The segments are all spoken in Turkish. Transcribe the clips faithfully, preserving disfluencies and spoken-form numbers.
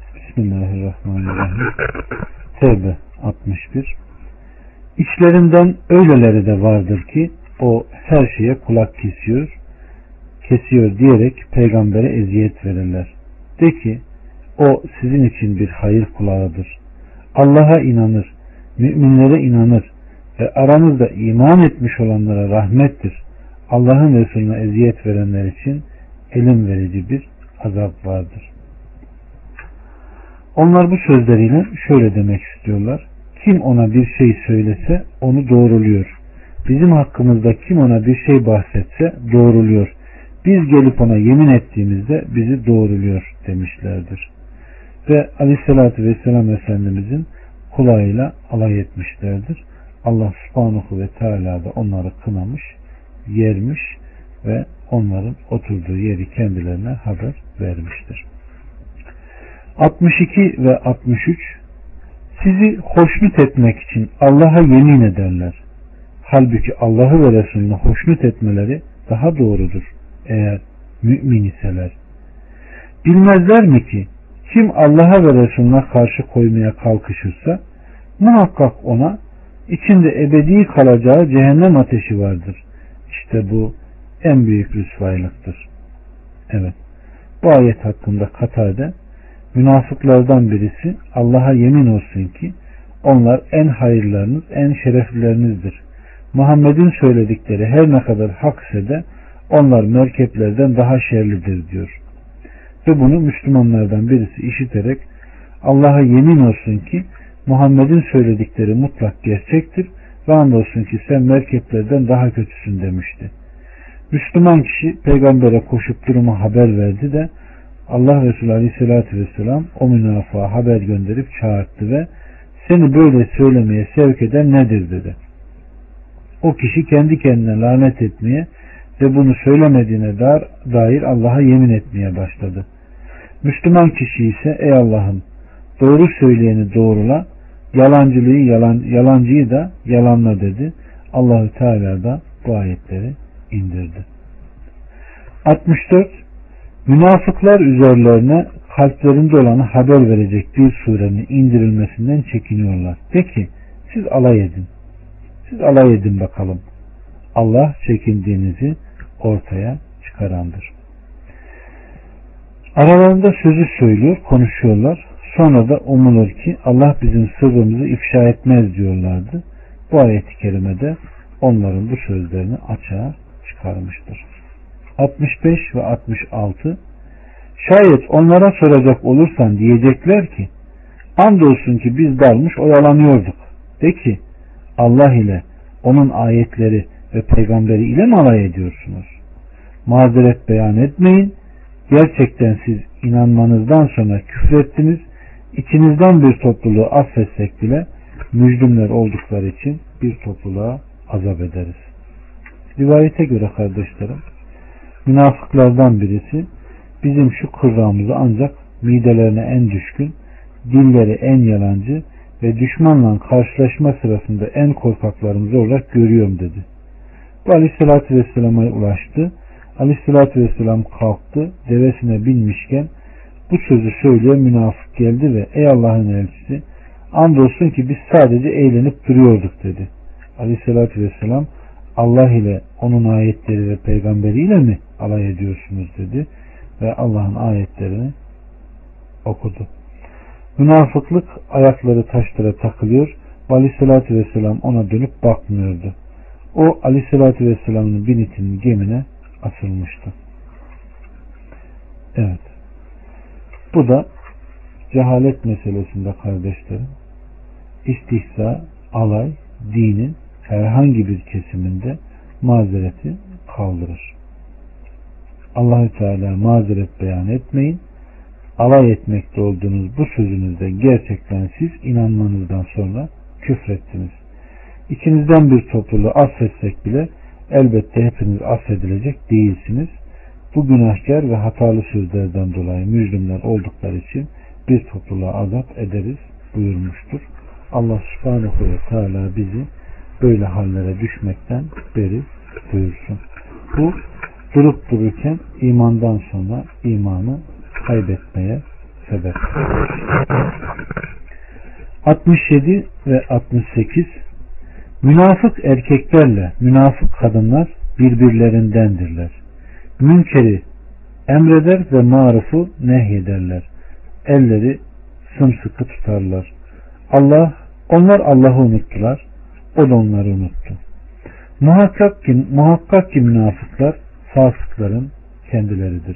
Bismillahirrahmanirrahim. Tevbe altmış bir. İçlerinden öyleleri de vardır ki o her şeye kulak kesiyor, kesiyor diyerek peygambere eziyet verirler. De ki o sizin için bir hayır kulağıdır. Allah'a inanır, müminlere inanır ve aranızda iman etmiş olanlara rahmettir. Allah'ın Resulüne eziyet verenler için elim verici bir azap vardır. Onlar bu sözleriyle şöyle demek istiyorlar. Kim ona bir şey söylese onu doğruluyor. Bizim hakkımızda kim ona bir şey bahsetse doğruluyor. Biz gelip ona yemin ettiğimizde bizi doğruluyor demişlerdir. Ve Aleyhisselatü Vesselam Efendimizin kulağıyla alay etmişlerdir. Allah Subhanahu ve Teala da onları kınamış, yermiş ve onların oturduğu yeri kendilerine haber vermiştir. altmış iki ve altmış üç. Sizi hoşnut etmek için Allah'a yemin ederler. Halbuki Allah'ı ve Resulüne hoşnut etmeleri daha doğrudur eğer mümin iseler. Bilmezler mi ki kim Allah'a ve Resulüne karşı koymaya kalkışırsa muhakkak ona içinde ebedi kalacağı cehennem ateşi vardır. İşte bu en büyük rüsvaylıktır. Evet. Bu ayet hakkında Katade, münafıklardan birisi Allah'a yemin olsun ki onlar en hayırlarınız, en şereflilerinizdir. Muhammed'in söyledikleri her ne kadar hak ise de onlar merkeplerden daha şerlidir diyor. Ve bunu Müslümanlardan birisi işiterek Allah'a yemin olsun ki Muhammed'in söyledikleri mutlak gerçektir ve andolsun ki sen merkeplerden daha kötüsün demişti. Müslüman kişi peygambere koşup durumu haber verdi de Allah Resulü Aleyhisselatü Vesselam o münafığa haber gönderip çağırttı ve seni böyle söylemeye sevk eden nedir dedi. O kişi kendi kendine lanet etmeye ve bunu söylemediğine dair Allah'a yemin etmeye başladı. Müslüman kişi ise ey Allah'ım doğru söyleyeni doğrula, yalancılığı yalan, yalancıyı da yalanla dedi. Allahü Teala da bu ayetleri indirdi. altmış dört. Münafıklar üzerlerine kalplerinde olanı haber verecek bir surenin indirilmesinden çekiniyorlar. De ki siz alay edin. Siz alay edin bakalım. Allah çekindiğinizi ortaya çıkarandır. Aralarında sözü söylüyor, konuşuyorlar. Sonra da umulur ki Allah bizim sırrımızı ifşa etmez diyorlardı. Bu ayet-i kerimede onların bu sözlerini açığa çıkarmıştır. altmış beş ve altmış altı. Şayet onlara soracak olursan diyecekler ki andolsun ki biz dalmış oyalanıyorduk. De ki Allah ile onun ayetleri ve peygamberi ile mi alay ediyorsunuz? Mazeret beyan etmeyin. Gerçekten siz inanmanızdan sonra küfrettiniz. İçinizden bir topluluğu affetsek bile mücrimler oldukları için bir topluluğa azap ederiz. Rivayete göre kardeşlerim, münafıklardan birisi bizim şu kırrağımızı ancak midelerine en düşkün, dilleri en yalancı ve düşmanla karşılaşma sırasında en korkaklarımız olarak görüyorum dedi. Bu Aleyhisselatü Vesselam'a ulaştı. Aleyhisselatü Vesselam kalktı, devesine binmişken bu sözü söyleyen münafık geldi ve ey Allah'ın elçisi andolsun ki biz sadece eğlenip duruyorduk dedi. Aleyhisselatü Vesselam Allah ile onun ayetleri ve peygamberiyle mi alay ediyorsunuz dedi ve Allah'ın ayetlerini okudu. Münafıklık ayakları taşlara takılıyor ve Aleyhisselatü Vesselam ona dönüp bakmıyordu. O Aleyhisselatü Vesselam'ın binitinin gemine asılmıştı. Evet. Bu da cehalet meselesinde kardeşlerim istihza, alay, dinin herhangi bir kesiminde mazereti kaldırır. Allah-u Teala mazeret beyan etmeyin. Alay etmekte olduğunuz bu sözünüzde gerçekten siz inanmanızdan sonra küfrettiniz. İçinizden bir topluluğu affetsek bile elbette hepiniz affedilecek değilsiniz. Bu günahkar ve hatalı sözlerden dolayı mücrimler oldukları için bir topluluğa azap ederiz buyurmuştur. Allah Subhanahu ve Teala bizi böyle hallere düşmekten beri buyursun. Bu durup dururken imandan sonra imanı kaybetmeye sebep. altmış yedi ve altmış sekiz Münafık erkeklerle münafık kadınlar birbirlerindendirler. Münkeri emreder ve marufu nehyederler. Elleri sımsıkı tutarlar. Allah, onlar Allah'ı unuttular. O da onları unuttu. Muhakkak ki, muhakkak ki münafıklar fasıkların kendileridir.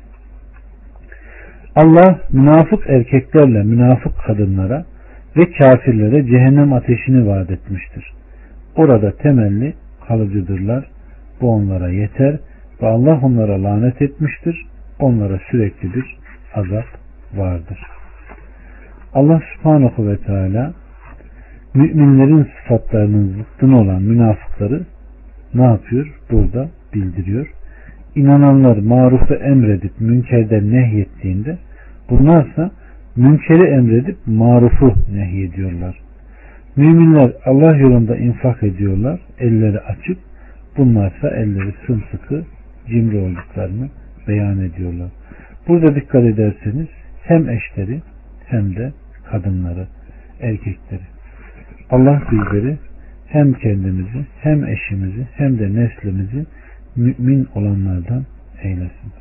Allah münafık erkeklerle münafık kadınlara ve kafirlere cehennem ateşini vaat etmiştir. Orada temelli kalıcıdırlar. Bu onlara yeter ve Allah onlara lanet etmiştir. Onlara sürekli bir azap vardır. Allah subhanahu ve teala müminlerin sıfatlarının zıttını olan münafıkları ne yapıyor? Burada bildiriyor. İnananlar marufu emredip münkerden nehyettiğinde bunlarsa münkeri emredip marufu nehyediyorlar. Müminler Allah yolunda infak ediyorlar. Elleri açık. Bunlarsa elleri sımsıkı cimri olduklarını beyan ediyorlar. Burada dikkat ederseniz hem eşleri hem de kadınları, erkekleri. Allah bizleri hem kendimizi hem eşimizi hem de neslimizi mümin olanlardan eylesin.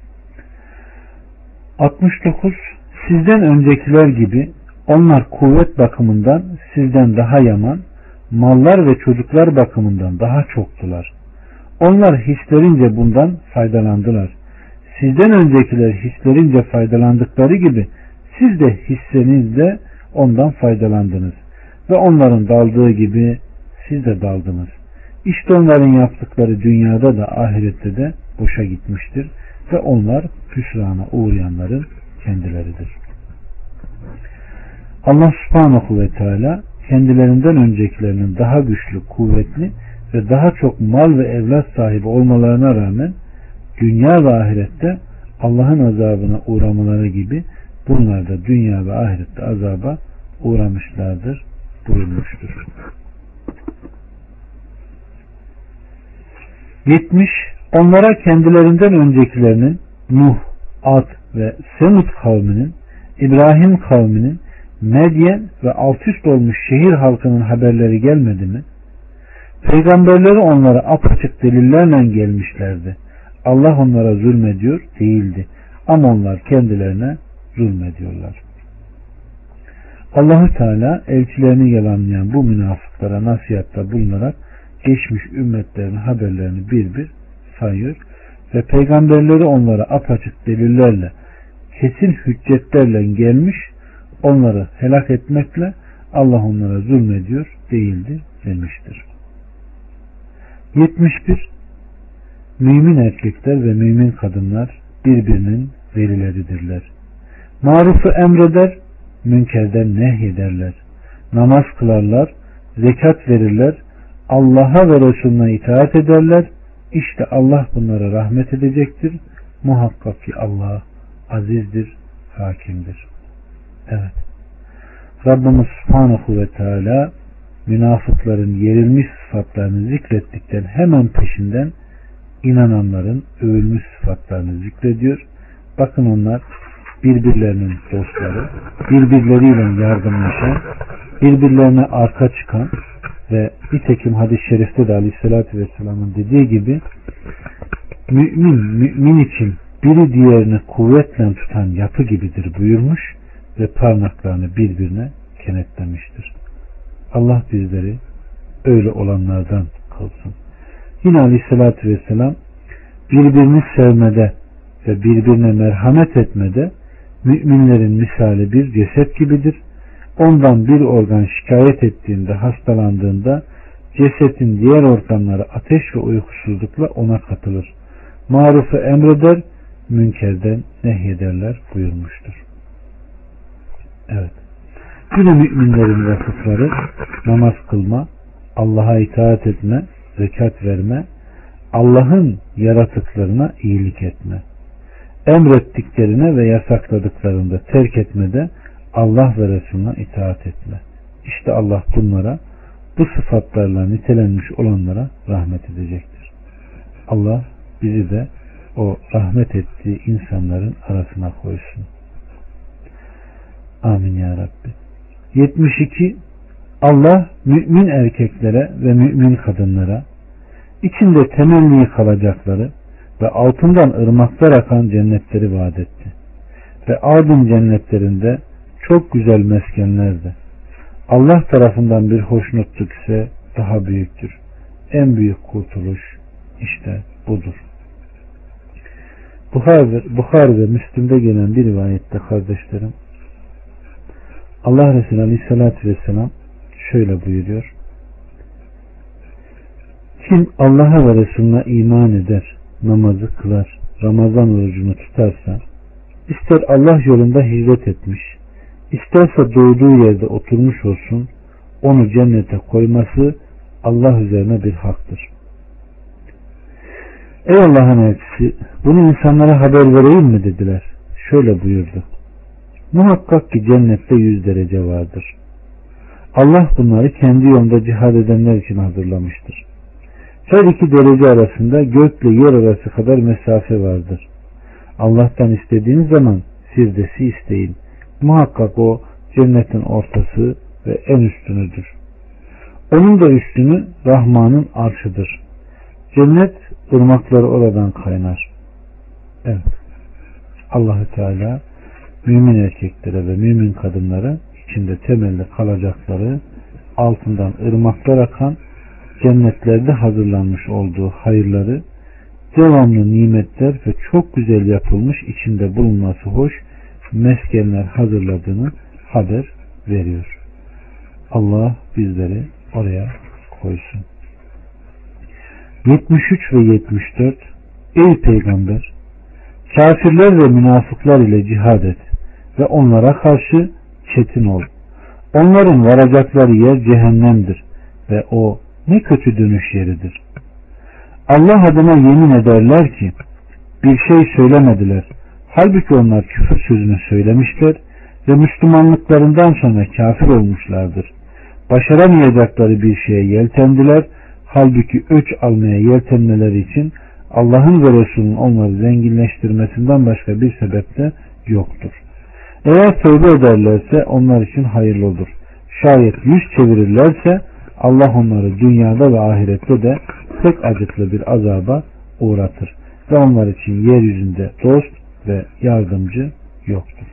altmış dokuz Sizden öncekiler gibi onlar kuvvet bakımından sizden daha yaman, mallar ve çocuklar bakımından daha çoktular. Onlar hislerince bundan faydalandılar. Sizden öncekiler hislerince faydalandıkları gibi siz de hissenizle ondan faydalandınız. Ve onların daldığı gibi siz de daldınız. İşte onların yaptıkları dünyada da ahirette de boşa gitmiştir. Ve onlar hüsrana uğrayanların kendileridir. Allah subhanahu ve teala kendilerinden öncekilerinin daha güçlü, kuvvetli ve daha çok mal ve evlat sahibi olmalarına rağmen dünya ve ahirette Allah'ın azabına uğramaları gibi bunlar da dünya ve ahirette azaba uğramışlardır buyurmuştur. yetmiş Onlara kendilerinden öncekilerinin Nuh, Ad ve Semud kavminin, İbrahim kavminin, Medyen ve alt üst olmuş şehir halkının haberleri gelmedi mi? Peygamberleri onlara apaçık delillerle gelmişlerdi. Allah onlara zulmediyor değildi. Ama onlar kendilerine zulmediyorlar. Allahu Teala elçilerini yalanlayan bu münafıklara nasihatta bulunarak geçmiş ümmetlerin haberlerini bir bir sayıyor ve peygamberleri onlara apaçık delillerle, kesin hüccetlerle gelmiş, onları helak etmekle Allah onlara zulmediyor değildi demiştir. yetmiş bir Mümin erkekler ve mümin kadınlar birbirinin velileridirler. Marufu emreder, münkerden nehyederler. Namaz kılarlar, zekat verirler, Allah'a ve Resulüne itaat ederler. İşte Allah bunlara rahmet edecektir. Muhakkak ki Allah azizdir, hakimdir. Evet. Rabbimiz Subhanahu ve Teala münafıkların yerilmiş sıfatlarını zikrettikten hemen peşinden inananların övülmüş sıfatlarını zikrediyor. Bakın onlar birbirlerinin dostları, birbirleriyle yardımlaşan, birbirlerine arka çıkan ve nitekim hadis-i şerifte de Aleyhisselatü Vesselam'ın dediği gibi mümin, mümin için biri diğerini kuvvetle tutan yapı gibidir buyurmuş ve parmaklarını birbirine kenetlemiştir. Allah bizleri öyle olanlardan kılsın. Yine Aleyhisselatü Vesselam birbirini sevmede ve birbirine merhamet etmede müminlerin misali bir ceset gibidir. Ondan bir organ şikayet ettiğinde, hastalandığında cesetin diğer organları ateş ve uykusuzlukla ona katılır. Marufu emreder, münkerden nehyederler buyurmuştur. Evet. Yine müminlerin vasıfları namaz kılma, Allah'a itaat etme, zekat verme, Allah'ın yaratıklarına iyilik etme, emrettiklerine ve yasakladıklarında terk etmede Allah ve Resulüne itaat etme. İşte Allah bunlara, bu sıfatlarla nitelenmiş olanlara rahmet edecektir. Allah bizi de o rahmet ettiği insanların arasına koysun. Amin ya Rabbi. yetmiş iki. Allah mümin erkeklere ve mümin kadınlara içinde temelli kalacakları ve altından ırmaklar akan cennetleri vaat etti. Ve Adem cennetlerinde çok güzel meskenlerdi. Allah tarafından bir hoşnutluk ise daha büyüktür. En büyük kurtuluş işte budur. Bukhari, Bukhari ve Müslim'de gelen bir rivayette kardeşlerim, Allah Resulü Aleyhisselatü Vesselam şöyle buyuruyor: kim Allah'a ve Resulüne iman eder, namazı kılar, Ramazan orucunu tutarsa, ister Allah yolunda hicret etmiş, isterse doğduğu yerde oturmuş olsun, onu cennete koyması Allah üzerine bir haktır. Ey Allah'ın elçisi, bunu insanlara haber vereyim mi dediler. Şöyle buyurdu: muhakkak ki cennette yüz derece vardır. Allah bunları kendi yolunda cihad edenler için hazırlamıştır. Her iki derece arasında gökle yer arası kadar mesafe vardır. Allah'tan istediğiniz zaman Firdevs'i isteyin. Muhakkak o cennetin ortası ve en üstünüdür. Onun da üstünü Rahman'ın arşıdır. Cennet ırmakları oradan kaynar. Evet. Allah-u Teala mümin erkeklere ve mümin kadınlara içinde temelli kalacakları, altından ırmaklar akan, cennetlerde hazırlanmış olduğu hayırları, devamlı nimetler ve çok güzel yapılmış, içinde bulunması hoş meskenler hazırladığını haber veriyor. Allah bizleri oraya koysun. yetmiş üç ve yetmiş dört. Ey Peygamber! Kafirler ve münafıklar ile cihad et ve onlara karşı çetin ol. Onların varacakları yer cehennemdir ve o ne kötü dönüş yeridir. Allah adına yemin ederler ki bir şey söylemediler. Halbuki onlar küfür sözünü söylemişler ve Müslümanlıklarından sonra kafir olmuşlardır. Başaramayacakları bir şeye yeltendiler. Halbuki öç almaya yeltenmeleri için Allah'ın ve Resulünün onları zenginleştirmesinden başka bir sebep de yoktur. Eğer tövbe ederlerse onlar için hayırlı olur. Şayet yüz çevirirlerse Allah onları dünyada ve ahirette de pek acıklı bir azaba uğratır. Ve onlar için yeryüzünde dost ve yardımcı yoktur.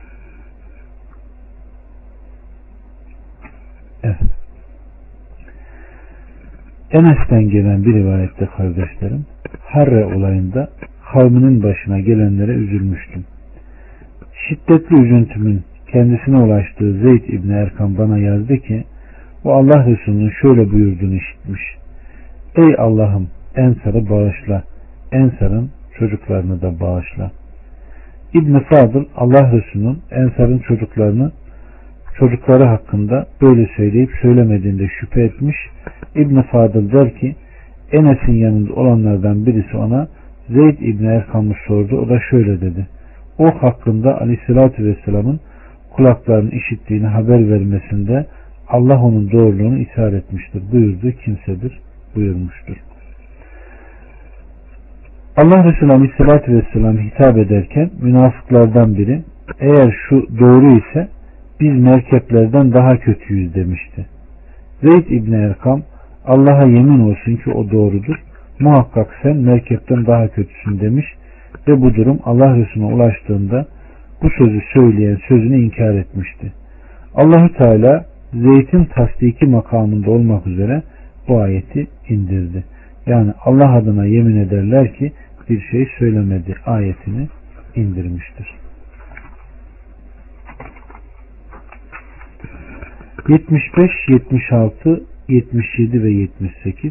Evet. Enes'ten gelen bir rivayette kardeşlerim, Harre olayında kavminin başına gelenlere üzülmüştüm. Şiddetli üzüntümün kendisine ulaştığı Zeyd İbni Erkam bana yazdı ki, o Allah Resulü'nün şöyle buyurduğunu işitmiş: ey Allah'ım, Ensar'ı bağışla, Ensar'ın çocuklarını da bağışla. İbn Fadıl Allah Resulü'nün Ensar'ın çocuklarını çocukları hakkında böyle söyleyip söylemediğinde şüphe etmiş. İbn Fadıl der ki, Enes'in yanında olanlardan birisi ona Zeyd İbni Erkam'ı sordu. O da şöyle dedi: o hakkında Aleyhisselatü Vesselam'ın kulaklarının işittiğini haber vermesinde Allah onun doğruluğunu ishar etmiştir buyurduğu kimsedir buyurmuştur. Allah Resulü Aleyhisselatü Vesselam hitap ederken münafıklardan biri, eğer şu doğru ise biz merkeplerden daha kötüyüz demişti. Zeyd İbni Erkam, Allah'a yemin olsun ki o doğrudur, muhakkak sen merkepten daha kötüsün demiş ve bu durum Allah Resulüne ulaştığında bu sözü söyleyen sözünü inkar etmişti. Allahu Teala Zeyd'in tasdiki makamında olmak üzere bu ayeti indirdi. Yani Allah adına yemin ederler ki bir şey söylemedi ayetini indirmiştir. yetmiş beş, yetmiş altı, yetmiş yedi ve yetmiş sekiz.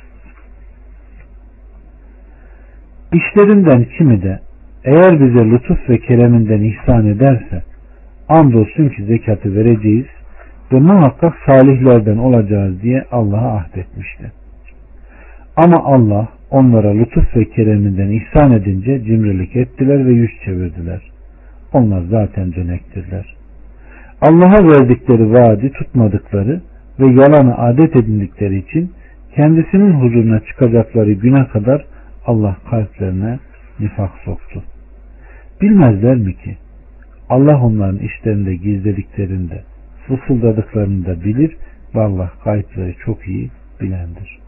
İşlerinden kimi de eğer bize lütuf ve kereminden ihsan ederse andolsun ki zekatı vereceğiz ve muhakkak salihlerden olacağız diye Allah'a ahdetmişti. Ama Allah onlara lütuf ve kereminden ihsan edince cimrilik ettiler ve yüz çevirdiler. Onlar zaten dönektirler. Allah'a verdikleri vaadi tutmadıkları ve yalanı adet edindikleri için kendisinin huzuruna çıkacakları güne kadar Allah kalplerine nifak soktu. Bilmezler mi ki Allah onların işlerinde gizlediklerini de fısıldadıklarını da bilir ve Allah gayipleri çok iyi bilendir.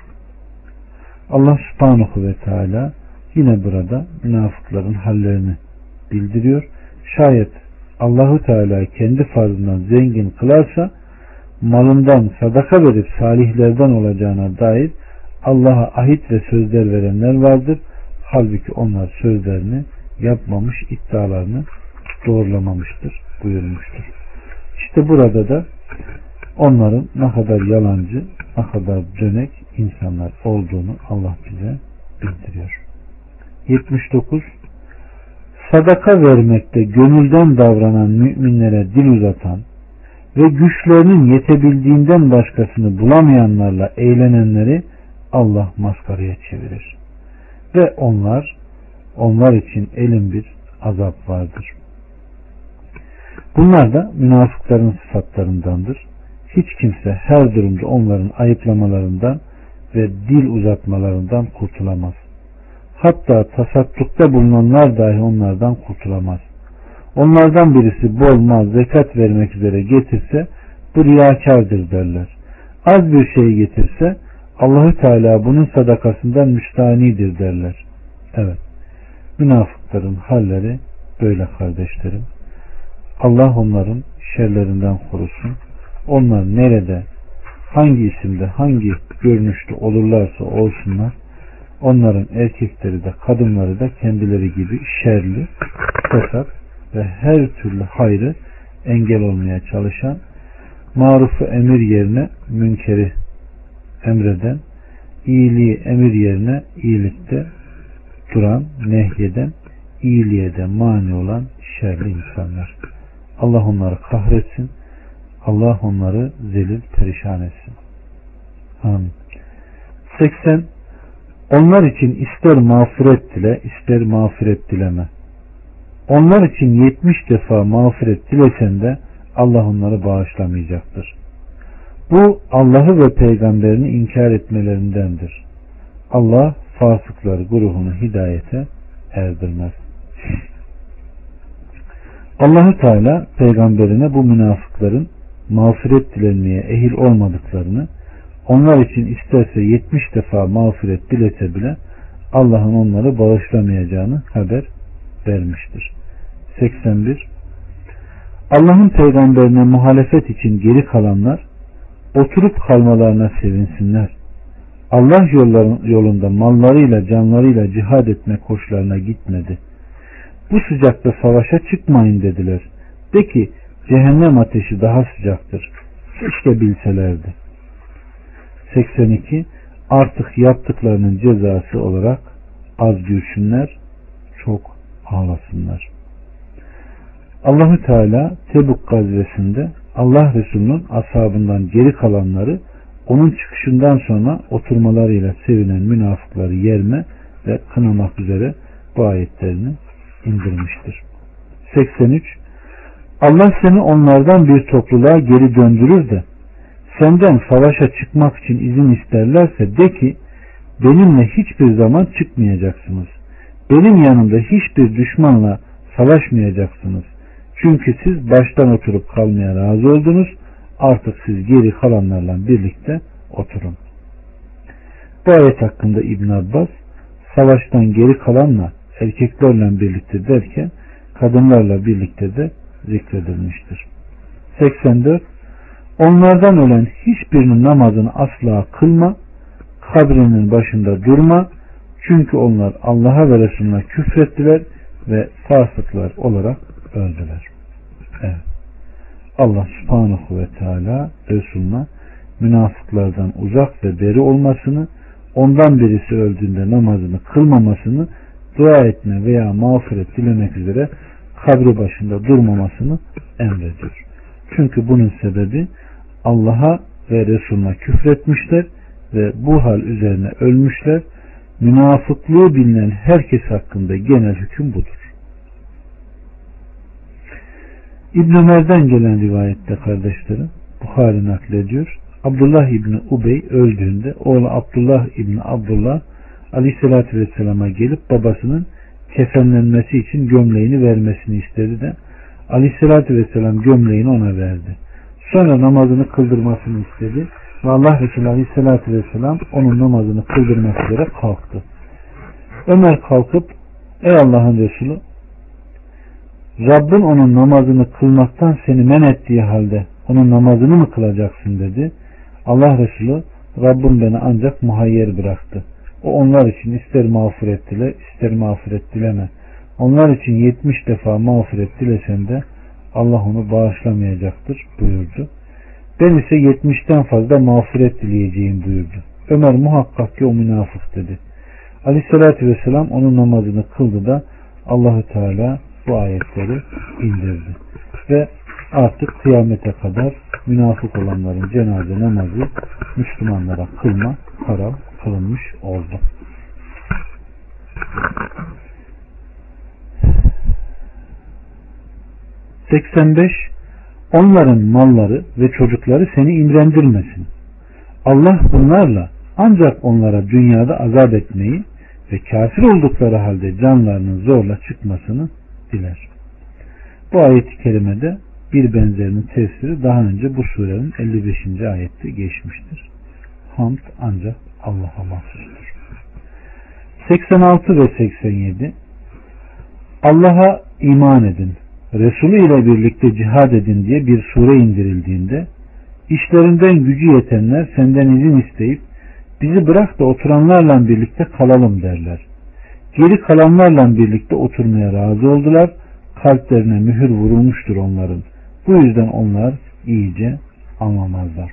Allah subhanahu ve teala yine burada münafıkların hallerini bildiriyor. Şayet Allahu Teala kendi farzından zengin kılarsa malından sadaka verip salihlerden olacağına dair Allah'a ahit ve sözler verenler vardır. Halbuki onlar sözlerini yapmamış, iddialarını doğrulamamıştır buyurmuştur. İşte burada da onların ne kadar yalancı, ne kadar dönek insanlar olduğunu Allah bize bildiriyor. yetmiş dokuz. Sadaka vermekte gönülden davranan müminlere dil uzatan ve güçlerinin yetebildiğinden başkasını bulamayanlarla eğlenenleri Allah maskaraya çevirir. Ve onlar, onlar için elin bir azap vardır. Bunlar da münafıkların sıfatlarındandır. Hiç kimse her durumda onların ayıplamalarından ve dil uzatmalarından kurtulamaz. Hatta tasaddukta bulunanlar dahi onlardan kurtulamaz. Onlardan birisi bol mal zekat vermek üzere getirse bu riyakardır derler. Az bir şey getirse Allahü Teala bunun sadakasından müstahnidir derler. Evet, münafıkların halleri böyle kardeşlerim. Allah onların şerlerinden korusun. Onlar nerede, hangi isimde, hangi görünüşte olurlarsa olsunlar, onların erkekleri de kadınları da kendileri gibi şerli, fesat ve her türlü hayrı engel olmaya çalışan, marufu emir yerine münkeri emreden, iyiliği emir yerine iyilikte duran, nehyeden, iyiliğe de mani olan şerli insanlar. Allah onları kahretsin. Allah onları zelil perişan etsin. Amin. seksen. Onlar için ister mağfiret dile, ister mağfiret dileme. Onlar için yetmiş defa mağfiret dilesen de Allah onları bağışlamayacaktır. Bu Allah'ı ve peygamberini inkar etmelerindendir. Allah fasıkları grubunu hidayete erdirmez. Allah-u Teala peygamberine bu münafıkların mağfiret dilenmeye ehil olmadıklarını, onlar için isterse yetmiş defa mağfiret dilese bile Allah'ın onları bağışlamayacağını haber vermiştir. seksen bir. Allah'ın peygamberine muhalefet için geri kalanlar oturup kalmalarına sevinsinler. Allah yolunda mallarıyla canlarıyla cihad etmek hoşlarına gitmedi. Bu sıcakta savaşa çıkmayın dediler. De ki cehennem ateşi daha sıcaktır. Keşke bilselerdi. seksen iki. Artık yaptıklarının cezası olarak az gülsünler, çok ağlasınlar. Allah-u Teala Tebuk gazvesinde Allah Resulü'nün ashabından geri kalanları onun çıkışından sonra oturmalarıyla sevinen münafıkları yerme ve kınamak üzere bu ayetlerini indirmiştir. seksen üç. Allah seni onlardan bir topluluğa geri döndürür de senden savaşa çıkmak için izin isterlerse de ki benimle hiçbir zaman çıkmayacaksınız. Benim yanımda hiçbir düşmanla savaşmayacaksınız. Çünkü siz baştan oturup kalmaya razı oldunuz. Artık siz geri kalanlarla birlikte oturun. Bu ayet hakkında İbn Abbas savaştan geri kalanla erkeklerle birlikte derken kadınlarla birlikte de zikredilmiştir. seksen dört. Onlardan ölen hiçbirinin namazını asla kılma, kabrinin başında durma. Çünkü onlar Allah'a ve Resulüne küfrettiler ve fasıklar olarak öldüler. Evet. Allah subhanahu ve teala Resulüne münafıklardan uzak ve beri olmasını, ondan birisi öldüğünde namazını kılmamasını, dua etme veya mağfiret dilemek üzere kabri başında durmamasını emrediyor. Çünkü bunun sebebi Allah'a ve Resulüne küfretmişler ve bu hal üzerine ölmüşler. Münafıklığı bilinen herkes hakkında genel hüküm budur. İbn Ömer'den gelen rivayette kardeşlerim, Buhari naklediyor. Abdullah İbni Ubey öldüğünde oğlu Abdullah İbni Abdullah Aleyhisselatü Vesselam'a gelip babasının kefenlenmesi için gömleğini vermesini istedi de Aleyhisselatü Vesselam gömleğini ona verdi. Sonra namazını kıldırmasını istedi ve Allah Resulü Aleyhisselatü Vesselam onun namazını kıldırması üzere kalktı. Ömer kalkıp ey Allah'ın Resulü, Rabbin onun namazını kılmaktan seni men ettiği halde onun namazını mı kılacaksın dedi. Allah Resulü, Rabbim beni ancak muhayyer bıraktı. O onlar için ister mağfiret dile, ister mağfiret dileme. Onlar için yetmiş defa mağfiret dilesen de Allah onu bağışlamayacaktır buyurdu. Ben ise yetmişten fazla mağfiret dileyeceğim buyurdu. Ömer muhakkak ki o münafık dedi. Aleyhissalatü vesselam onun namazını kıldı da Allahu Teala bu ayetleri indirdi. Ve artık kıyamete kadar münafık olanların cenaze namazı Müslümanlara kılma haram kılınmış oldu. seksen beş Onların malları ve çocukları seni imrendirmesin. Allah bunlarla ancak onlara dünyada azap etmeyi ve kafir oldukları halde canlarının zorla çıkmasını diler. Bu ayet-i kerimede bir benzerinin tefsiri daha önce bu surenin elli beşinci ayette geçmiştir. Hamd ancak Allah'a mahsustur. seksen altı ve seksen yedi Allah'a iman edin, Resulü ile birlikte cihad edin diye bir sure indirildiğinde işlerinden gücü yetenler senden izin isteyip bizi bırak da oturanlarla birlikte kalalım derler. Geri kalanlarla birlikte oturmaya razı oldular. Kalplerine mühür vurulmuştur onların. Bu yüzden onlar iyice anlamazlar.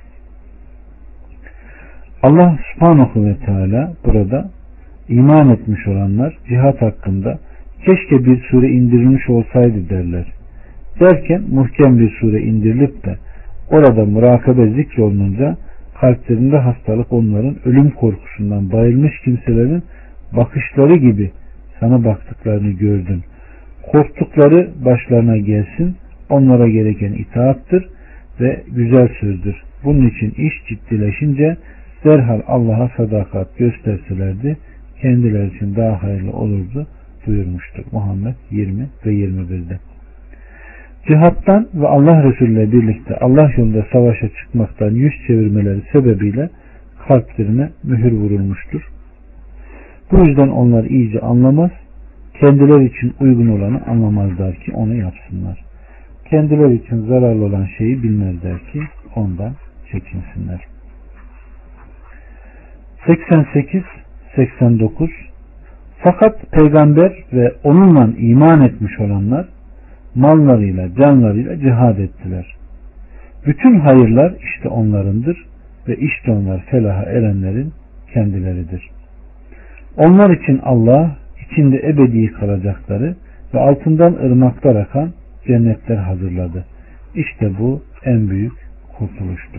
Allah subhanahu ve teala burada iman etmiş olanlar cihat hakkında keşke bir sure indirilmiş olsaydı derler. Derken muhkem bir sure indirilip de orada murakabe zikrolununca kalplerinde hastalık onların ölüm korkusundan bayılmış kimselerin bakışları gibi sana baktıklarını gördün. Korktukları başlarına gelsin, onlara gereken itaattır ve güzel sözdür. Bunun için iş ciddileşince derhal Allah'a sadakat gösterselerdi kendileri için daha hayırlı olurdu buyurmuştur Muhammed yirmi ve yirmi birde. Cihattan ve Allah Resulü ile birlikte Allah yolunda savaşa çıkmaktan yüz çevirmeleri sebebiyle kalplerine mühür vurulmuştur. Bu yüzden onlar iyice anlamaz, kendileri için uygun olanı anlamazlar ki onu yapsınlar. Kendileri için zararlı olan şeyi bilmezler ki ondan çekinsinler. seksen sekiz seksen dokuz Fakat peygamber ve onunla iman etmiş olanlar mallarıyla, canlarıyla cihad ettiler. Bütün hayırlar işte onlarındır ve işte onlar felaha erenlerin kendileridir. Onlar için Allah içinde ebedi kalacakları ve altından ırmaklar akan cennetler hazırladı. İşte bu en büyük kurtuluştur.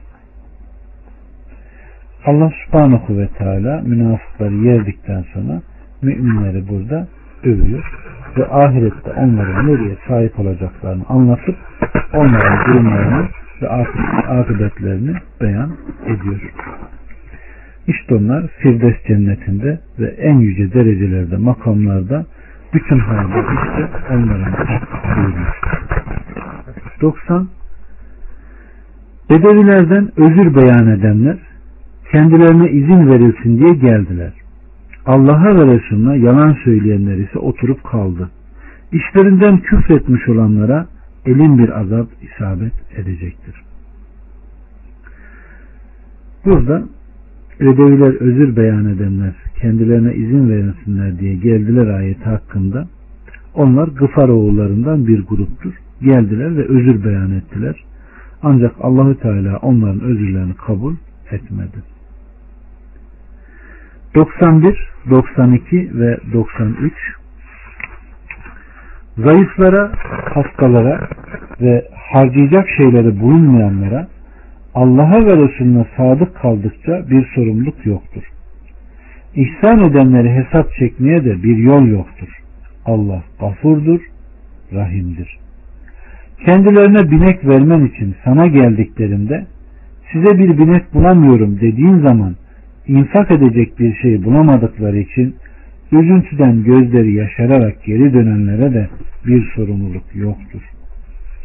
Allah subhanahu ve teala münafıkları yerdikten sonra müminleri burada övüyor ve ahirette onların nereye sahip olacaklarını anlatıp onların durumlarını ve akıbetlerini beyan ediyor. İşte onlar Firdevs cennetinde ve en yüce derecelerde, makamlarda bütün hayırlar işte onların buyurmuş. doksan Bedevilerden özür beyan edenler kendilerine izin verilsin diye geldiler. Allah'a ve Resulüne yalan söyleyenler ise oturup kaldı. İşlerinden küfretmiş olanlara elin bir azap isabet edecektir. Burada Bedeviler özür beyan edenler kendilerine izin verilsinler diye geldiler ayeti hakkında. Onlar Gıfar oğullarından bir gruptur. Geldiler ve özür beyan ettiler. Ancak Allahu Teala onların özürlerini kabul etmedi. doksan bir, doksan iki ve doksan üç Zayıflara, hastalara ve harcayacak şeyleri bulunmayanlara Allah'a ve Resulüne sadık kaldıkça bir sorumluluk yoktur. İhsan edenleri hesap çekmeye de bir yol yoktur. Allah gafurdur, rahimdir. Kendilerine binek vermen için sana geldiklerinde size bir binek bulamıyorum dediğin zaman infak edecek bir şey bulamadıkları için üzüntüden gözleri yaşararak geri dönenlere de bir sorumluluk yoktur.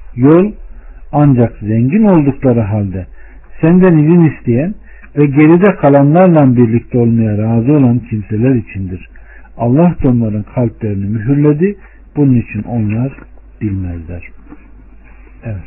Yol ancak zengin oldukları halde senden izin isteyen ve geride kalanlarla birlikte olmaya razı olan kimseler içindir. Allah da onların kalplerini mühürledi. Bunun için onlar bilmezler. Evet.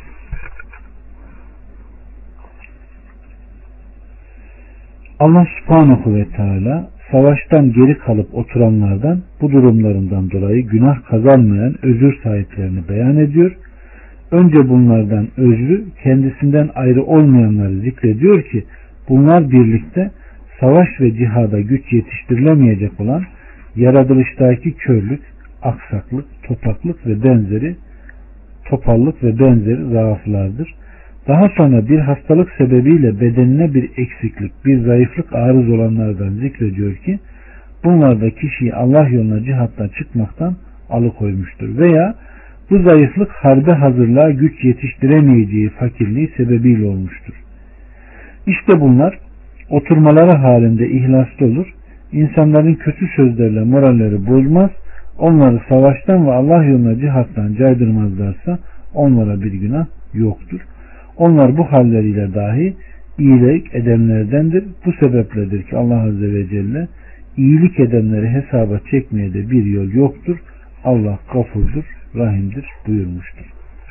Allah subhanahu ve teala savaştan geri kalıp oturanlardan bu durumlarından dolayı günah kazanmayan özür sahiplerini beyan ediyor. Önce bunlardan özrü kendisinden ayrı olmayanları zikrediyor ki bunlar birlikte savaş ve cihada güç yetiştirilemeyecek olan yaratılıştaki körlük, aksaklık, topaklık ve benzeri topallık ve benzeri zaaflardır. Daha sonra bir hastalık sebebiyle bedenine bir eksiklik, bir zayıflık arız olanlardan zikrediyor ki bunlar da kişiyi Allah yoluna cihattan çıkmaktan alıkoymuştur. Veya bu zayıflık harbe hazırlığa güç yetiştiremeyeceği fakirliği sebebiyle olmuştur. İşte bunlar oturmaları halinde ihlaslı olur. İnsanların kötü sözlerle moralleri bozmaz. Onları savaştan ve Allah yoluna cihattan caydırmazlarsa onlara bir günah yoktur. Onlar bu halleriyle dahi iyilik edenlerdendir. Bu sebepledir ki Allah Azze ve Celle iyilik edenleri hesaba çekmeye de bir yol yoktur. Allah gafurdur, rahimdir buyurmuştur.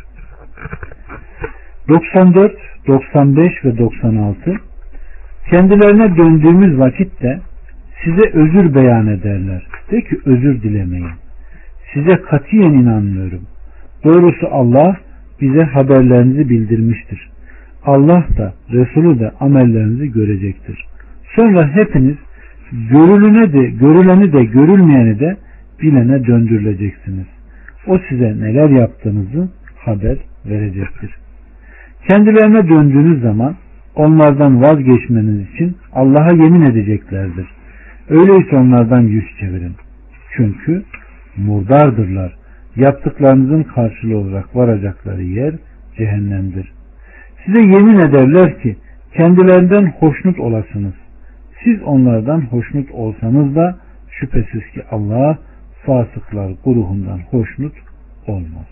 doksan dört, doksan beş ve doksan altı kendilerine döndüğümüz vakitte size özür beyan ederler. De ki özür dilemeyin. Size katiyen inanmıyorum. Doğrusu Allah bize haberlerinizi bildirmiştir. Allah da Resulü de amellerinizi görecektir. Sonra hepiniz görülene de, görüleni de görülmeyeni de bilene döndürüleceksiniz. O size neler yaptığınızı haber verecektir. Kendilerine döndüğünüz zaman onlardan vazgeçmeniz için Allah'a yemin edeceklerdir. Öyleyse onlardan yüz çevirin. Çünkü murdardırlar. Yaptıklarınızın karşılığı olarak varacakları yer cehennemdir. Size yemin ederler ki kendilerinden hoşnut olasınız. Siz onlardan hoşnut olsanız da şüphesiz ki Allah fasıklar grubundan hoşnut olmaz.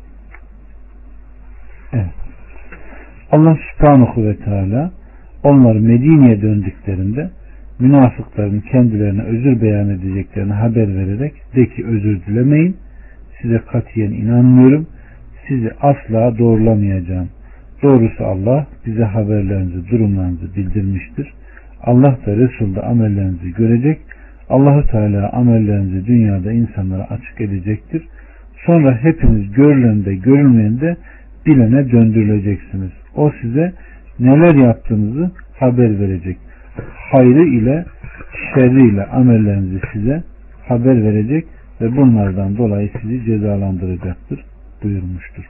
Evet. Allah subhanahu ve teala onlar Medine'ye döndüklerinde münafıkların kendilerine özür beyan edeceklerini haber vererek de ki özür dilemeyin. Size katiyen inanmıyorum. Sizi asla doğrulamayacağım. Doğrusu Allah bize haberlerinizi, durumlarınızı bildirmiştir. Allah da Resul de amellerinizi görecek. Allah-u Teala amellerinizi dünyada insanlara açık edecektir. Sonra hepiniz görülende görülmeyende bilene döndürüleceksiniz. O size neler yaptığınızı haber verecek. Hayrı ile şerri ile amellerinizi size haber verecek ve bunlardan dolayı sizi cezalandıracaktır buyurmuştur.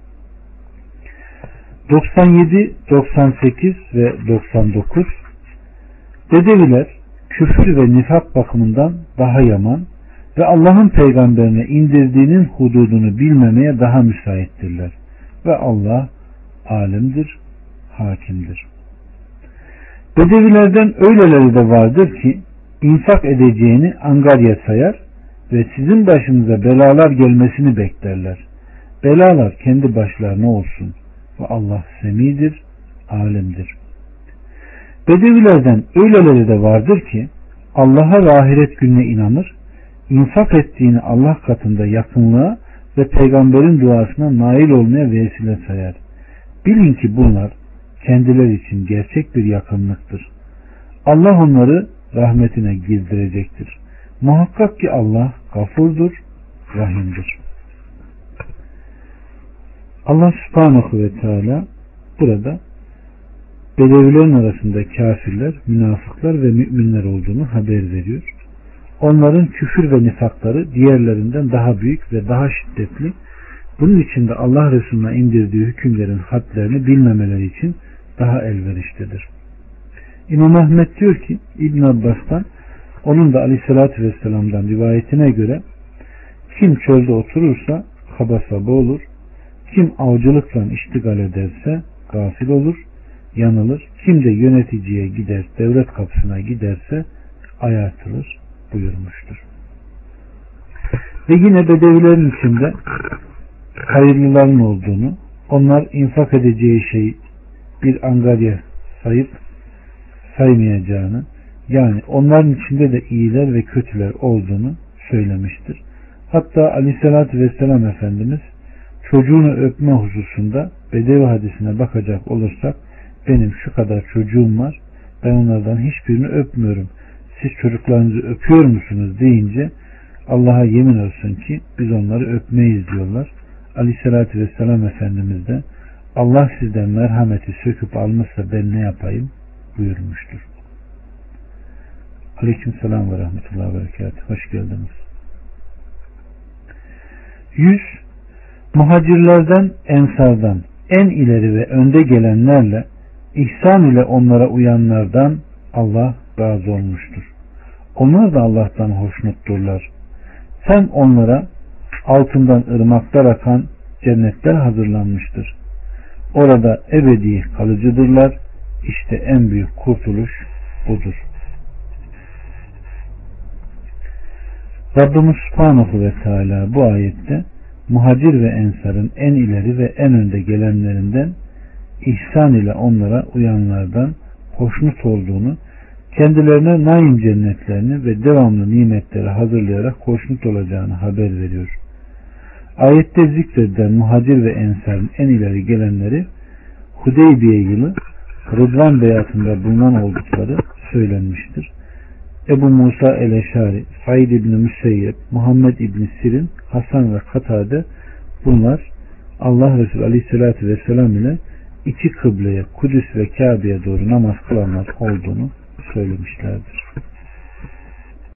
doksan yedi, doksan sekiz ve doksan dokuz Bedeviler küfür ve nifak bakımından daha yaman ve Allah'ın peygamberine indirdiğinin hududunu bilmemeye daha müsaittirler. Ve Allah alimdir, hakimdir. Bedevilerden öyleleri de vardır ki infak edeceğini angarya sayar ve sizin başınıza belalar gelmesini beklerler. Belalar kendi başlarına olsun ve Allah semidir, alimdir. Bedevilerden öyleleri de vardır ki Allah'a ve ahiret gününe inanır, infak ettiğini Allah katında yakınlığa ve peygamberin duasına nail olmaya vesile sayar. Bilin ki bunlar kendileri için gerçek bir yakınlıktır. Allah onları rahmetine girdirecektir. Muhakkak ki Allah gafurdur, rahimdir. Allah subhanahu ve teala burada Bedevilerin arasında kafirler, münafıklar ve müminler olduğunu haber veriyor. Onların küfür ve nifakları diğerlerinden daha büyük ve daha şiddetli. Bunun için de Allah Resulü'ne indirdiği hükümlerin hadlerini bilmemeleri için daha elverişlidir. İmam Ahmet diyor ki İbn Abbas'tan, onun da Aleyhisselatü Vesselam'dan rivayetine göre kim çölde oturursa kaba saba olur, kim avcılıkla iştigal ederse gafil olur, yanılır, kim de yöneticiye gider, devlet kapısına giderse ayartılır buyurmuştur. Ve yine bedevilerin içinde hayırlıların olduğunu, Onlar infak edeceği şeyi bir angarya sayıp saymayacağını, yani onların içinde de iyiler ve kötüler olduğunu söylemiştir. Hatta Aleyhisselatü Vesselam Efendimiz çocuğunu öpme hususunda Bedevi hadisine bakacak olursak, benim şu kadar çocuğum var, ben onlardan hiçbirini öpmüyorum, siz çocuklarınızı öpüyor musunuz deyince, Allah'a yemin olsun ki biz onları öpmeyiz diyorlar. Aleyhisselatü Vesselam Efendimiz de Allah sizden merhameti söküp almışsa ben ne yapayım buyurmuştur. Aleykümselam ve rahmetullahi ve berekatuhu. Hoş geldiniz. yüz Muhacirlerden, ensardan en ileri ve önde gelenlerle ihsan ile onlara uyanlardan Allah razı olmuştur. Onlar da Allah'tan hoşnutturlar. Hem onlara altından ırmaklar akan cennetler hazırlanmıştır. Orada ebedi kalıcıdırlar. İşte en büyük kurtuluş budur. Rabbimiz Subhanahu ve Teala bu ayette muhacir ve ensarın en ileri ve en önde gelenlerinden, ihsan ile onlara uyanlardan hoşnut olduğunu, kendilerine naim cennetlerini ve devamlı nimetleri hazırlayarak hoşnut olacağını haber veriyor. Ayette zikredilen muhacir ve ensarın en ileri gelenleri Hudeybiye yılı Rıdvan beyatında bulunan oldukları söylenmiştir. Ebu Musa el-Eşari, Said İbni Müseyyep, Muhammed İbni Sirin, Hasan ve Katade, bunlar Allah Resulü Aleyhisselatü Vesselam ile iki kıbleye, Kudüs ve Kabe'ye doğru namaz kılanlar olduğunu söylemişlerdir.